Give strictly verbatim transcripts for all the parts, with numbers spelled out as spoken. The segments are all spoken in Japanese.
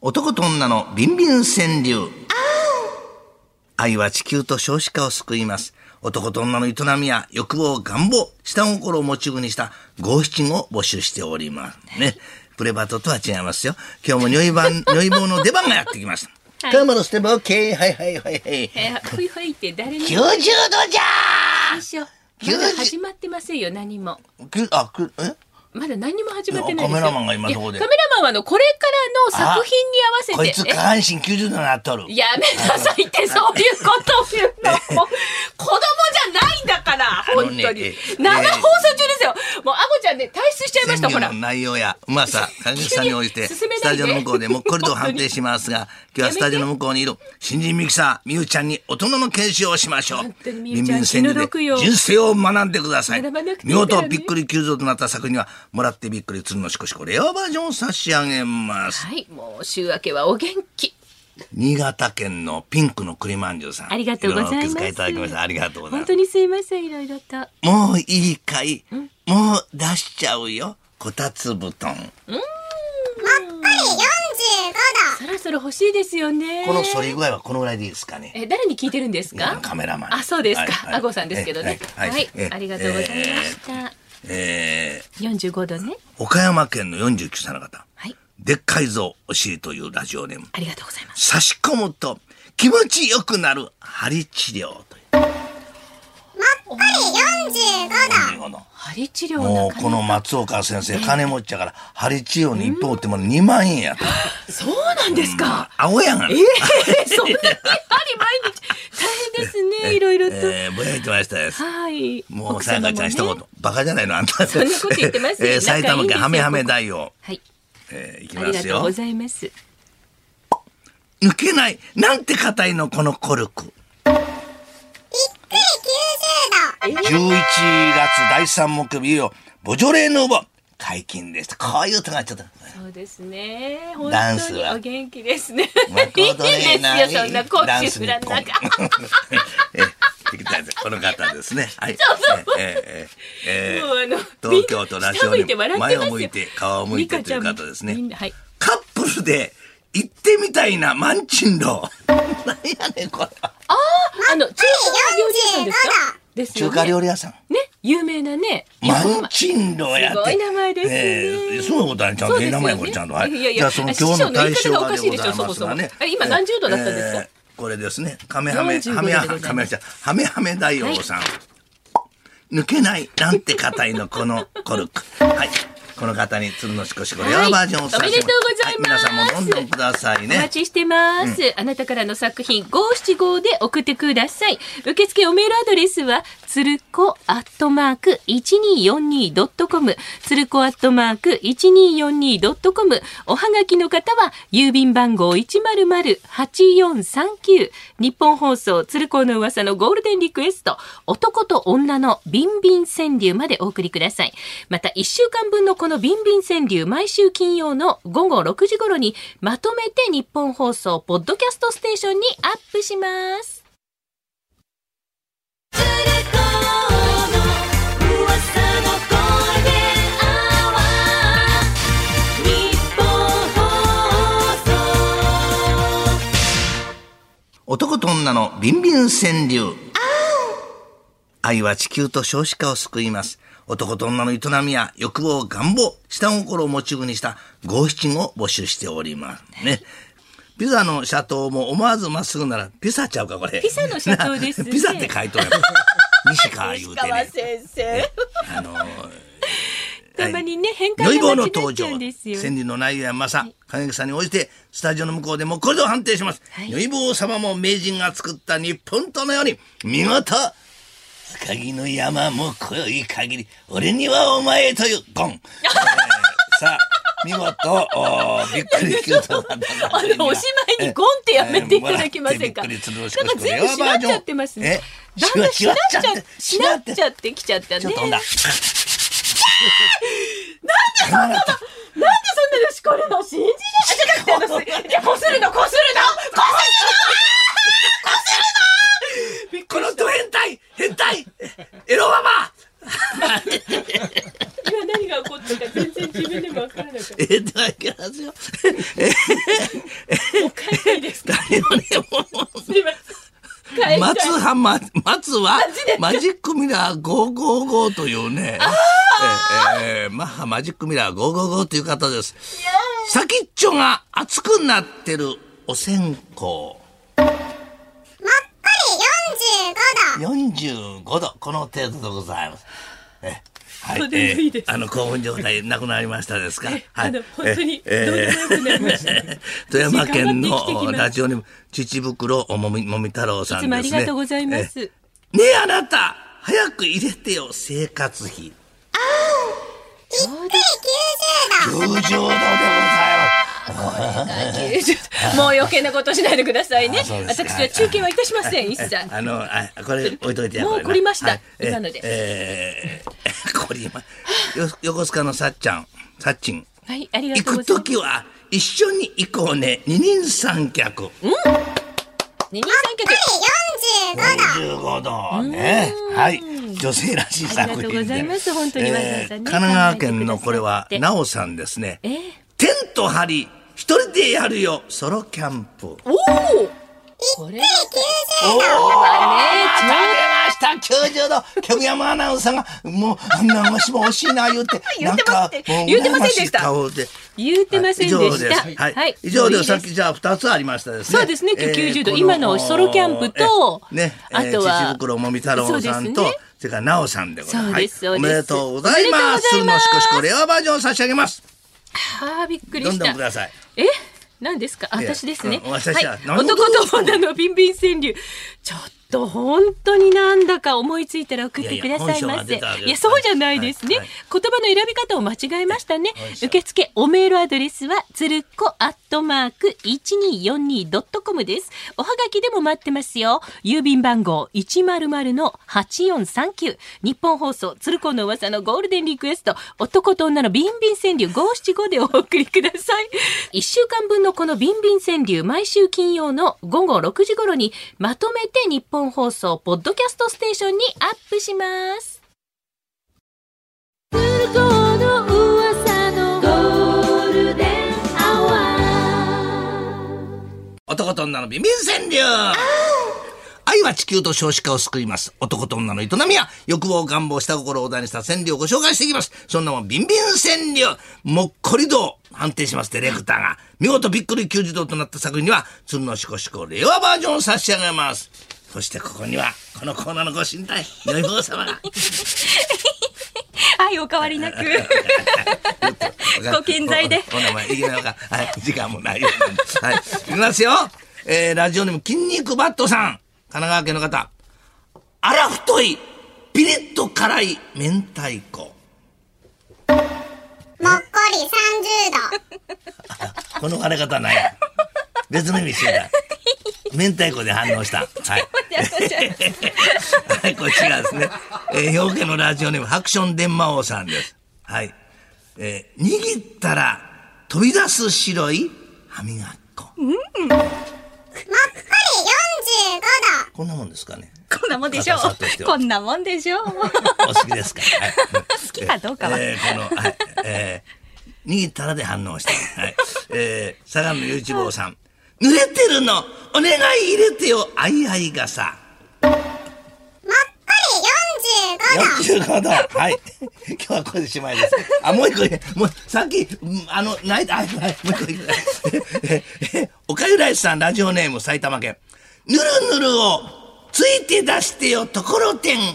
男と女のビンビン川柳。愛は地球と少子化を救います。男と女の営みや欲望、願望、下心をモチーフにした五七五を募集しておりますね。プレバトとは違いますよ。今日も如意番、如意棒の出番がやってきました。はい、カーマのステップオッケー。はいはいはいはい。 えー、ほいほいって誰に。 きゅうじゅうどじゃー。 一緒。まだ始まってませんよ、何も。 あ、く、えまだ何も始まってないですよ。 カメラマンが今そこで。 カメラマンはあのこれからの作品に合わせて。 こいつ下半身きゅうじゅうどになっとる。 やめなさいってそういうことを言うの。もう子供じゃないんだから本当に。ね、生放送中ですよ。もうあごちゃんね退出しちゃいました。ほら。 川柳の内容やうまさ、関口さんに応じてスタジオの向こうでもっこりと判定しますが、今日はスタジオの向こうにいる新人ミキサーみゆちゃんに大人の研修をしましょう。ビンビン川柳で人生を学んでください。見事びっくり急増となった作品にはもらってびっくり鶴のしこしこレアバージョンを差し上げます。 はい、もう週明けはお元気。 新潟県のピンクの栗まんじゅうさん、 ありがとうございます。 お気遣いいただきました。ありがとうございます。 本当にすいません、いろいろと。 もういいかい、もう出しちゃうよ、こたつ布団。 うん、もっこりよんじゅうごど。そろそろ欲しいですよね。 この反り具合はこのぐらいでいいですかね。 え、誰に聞いてるんですか。 カメラマン。 あ、そうですか。 はい、 あごさんですけどね。はい、はいはい、ありがとうございました。 えー、 よんじゅうごどね。 岡山県のよんじゅうきゅうさいの方。 はい。 でっかいぞお尻というラジオネーム。 ありがとうございます。 差し込むと気持ちよくなる針治療という。 もっこりよんじゅうごど。 針治療。 もうこの松岡先生、えー、金持ちやから針治療に一本打ってもにまんえんやと。 そうなんですか。 うん、青やがな。 えー、そんなに針毎日大変ですね。いろいろと。 えー、ぼやいてましたです。 はい。 もうさやかちゃん一言、バカじゃないのあんた。 そんなこと言ってますよ。 えー、埼玉県ハメハメ大王。 はい。 えー、いきますよ。 ありがとうございます。 抜けないなんて硬いのこのコルク。びっくりきゅうじゅうど。 じゅういちがつだいさん木曜日をボジョレーヌーボー解禁です。こういうとがちょっと。 そうですね。 ダンスはお元気ですね。 いいですよ、そんなコーチフランなんか。 この方ですね。はい。 そうそう。 えーえーえー、東京都ラジオに前を向いて顔を向いてという方ですね。はい、カップルで行ってみたいなマンチンロー。何やねんこれ。ああ、あの中華料理屋さんですか。です中華料理屋さん。 ね、有名なね。 マンチンローやって。 すごい名前ですね。 えー、そういうことはちゃんといい名前これちゃんと。はい。いやいや、じゃあその今日の対象はでございますがね。 今何十度だったんですか。 これですね。カメハメ、ハメハメ、ハメハメ大王さん。抜けないなんて硬いのこのコルク。はい。この方に鶴のしこしこレアバージョンをお伝えします。 おめでとうございます。 皆さんもどんどんくださいね。 お待ちしてます。うん、あなたからの作品ごーしちごで送ってください。受付おメールアドレスはつるこアットマーク いちにーよんにードットコム つるこアットマーク いちにーよんにードットコム。おはがきの方は郵便番号 いちまるまるはちよんさんきゅう 日本放送つるこの噂のゴールデンリクエスト男と女のビンビン川柳までお送りください。またいっしゅうかんぶんのこのビンビン川柳毎週金曜のごごろくじ頃にまとめて日本放送ポッドキャストステーションにアップします。 男と女のビンビン川柳。愛は地球と少子化を救います。男と女の営みや欲望、願望、下心をモチーフにした五七五を募集しておりますね。ピザの斜塔も思わずまっすぐならピザちゃうかこれ。 ピザの斜塔ですね。 ピザって書いとる。西川言うてね。 西川先生。 あのー、 たまにね変換が間違っちゃうんですよ。如意棒の登場、 川柳の内容やまさ、金木さんに応じてスタジオの向こうでもこれで判定します。如意棒様も名人が作った日本とのように見事。赤城の山も濃い限り俺にはお前というゴン、えー、さあ見事びっくりキュートなあれおしまいにゴンってやめていただけませんか。なんか全部しなっちゃってますね。だんだんしなっちゃってしなっちゃってきちゃったね。ちょっとんだなんでそんなのなんでそんなのしこるの信じない。あ、じゃなくてじゃこするのこするのこするのこするのこのド変態変態エロママ今何が起こったか全然自分でも分からなかった。 えー、ではいきますよ。 松はま、松はマジックミラーごーごーごーというね、えーえー、マッハマジックミラーごーごーごーという方です。先っちょが熱くなってるお線香。 もっこりよんじゅうごど。 よんじゅうごど、この程度でございます。えはい、 どうでもいいですえー、あの興奮状態なくなりましたですか。はい、 あの本当にどうでもよくなりました、ね。 富山県のラジオネーム父袋おもみもみ太郎さんですね。いつもありがとうございます。ねえあなた早く入れてよ生活費。 あー、びっくりきゅうじゅうど。 きゅうじゅうどでございます。 もう余計なことしないでくださいね。私は中継はいたしません、一切。 あのあこれ置いといてや。 もう凝りました、 はい、 今ので。 えー、凝りまよ横須賀のさっちゃんさっちん。 はい、ありがとうございます。 行くときは一緒に行こうね。二人三脚。うん。 二人三脚。 よんじゅうごどね。はい。女性らしい作品で。 ありがとうございます。本当にわざわざね。 神奈川県のこれはなおさんですね。 えー、 テント張り一人でやるよソロキャンプ。おお。 これ。びっくりきゅうじゅうど。 おお。また出ましたきゅうじゅうど。ケムヤマアナウンサーがもうあんなわしも惜しいな言って言ってません言ってませんでした。言ってませんでした。 はい。はい、以上でさっきじゃあ二つありましたですね。 そうですね。今日きゅうじゅうど、今のソロキャンプと、 ね、 あとは父袋もみ太郎さんと、それからなおさんでございます。 そうですそうです。 おめでとうございます。鶴のしこしこレアバージョン差し上げます。 はあ、びっくりした。 どんどんください。 え、何ですか。私ですね。 うん、私は、 はい、男と女のビンビン川柳。ちょっと本当になんだか思いついたら送ってくださいませ。いやいやそうじゃないですね、はいはい、言葉の選び方を間違えましたね。受付おメールアドレスはつるこアットマーク いちにーよんにードットコム です。おはがきでも待ってますよ。郵便番号 いちまるまるのはちよんさんきゅう、日本放送つるこの噂のゴールデンリクエスト、男と女のビンビン川柳ごーしちごでお送りください。いっしゅうかんぶんのこのビンビン川柳、毎週金曜の午後ろくじ頃にまとめて日本放送ポッドキャストステーションにアップします。 男と女のビンビン川柳。愛は地球と少子化を救います。男と女の営みや欲望願望下心を題にした川柳をご紹介していきます。そんなもんビンビン川柳もっこり度判定します。ディレクターが見事びっくりきゅうじゅうどとなった作品には鶴のしこしこ令和バージョンを差し上げます。そしてここにはこのコーナーのご神体如意棒様がはい、お変わりなくご健在でお名前いきなよか、はい、時間もないようなんで、はい、いきますよ、えー、ラジオネーム筋肉バットさん、神奈川県の方。あら太いピリッと辛い明太子。 もっこりさんじゅうど。 この割れ方ないや別の意味してた。明太子で反応した。はい。はい、こっちがですね、えー、兵庫県のラジオネームハクション電魔王さんです。はい。えー、握ったら飛び出す白い歯磨き粉。うん。もっこりよんじゅうごど。 こんなもんですかね。 こんなもんでしょう。こんなもんでしょう。 お好きですか。はい、 好きかどうかは。 えー、この、はい、えー、握ったらで反応した。はい。えー、佐賀のゆういちぼうさん。濡れてるのお願い入れてよあいあい傘。 もっこりよんじゅうごど。 よんじゅうごど。はい。今日はこれでしまいです。あ、もう一個ね、もうさっきあのないあ、はい、もう一個いく。おかゆライスさん、ラジオネーム埼玉県。ぬるぬるをついて出してよところてん。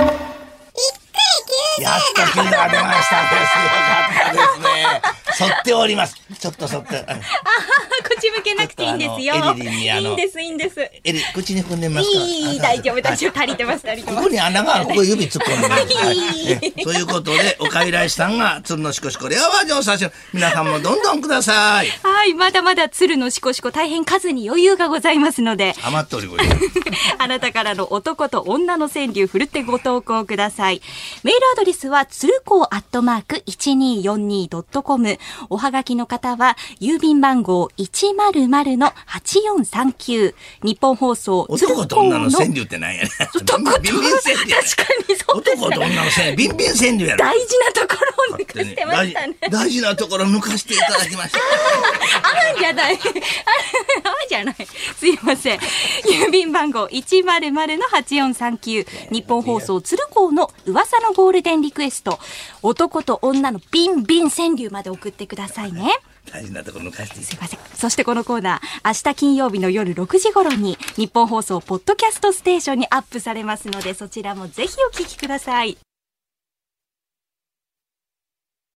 やっときゅうが出ましたですよ。かったですね。反っております。ちょっと反って。ああ、 口向けなくていいんですよ。 エリリンにあの。 いいんです、いいんです。 エリ、口に踏んでみますか。 いい、大丈夫、大丈夫。足りてます、足りてます。 ここに穴がある、ここ指突っ込んでます。はい。ということで、おかいらいさんが鶴のしこしこレアバージョンを差し上げ、皆さんもどんどんください。 はい、まだまだ鶴のしこしこ大変数に余裕がございますので。 余っております。 あなたからの男と女の川柳、ふるってご投稿ください。メールアドレスはつるこアットマーク いちにーよんにードットコム。おはがきの方は郵便番号 いちまるまるのはちよんさんきゅう。日本放送男と女の川柳ってなんやね。 男とビンビン川柳。 確かにそうですね。 男と女の川柳、ビンビン川柳やろ。 大事なところを抜かしてましたね。 大事なところ抜かしていただきました。 ああじゃない。ああじゃない。すいません。郵便番号 いちまるまるのはちよんさんきゅう、日本放送鶴光の噂のゴールデンリクエスト、男と女のビンビン川柳まで送ってくださいね。 大事なところ抜かしていい。 すいません。そしてこのコーナー、明日金曜日の夜ろくじ頃に日本放送ポッドキャストステーションにアップされますので、そちらもぜひお聞きください。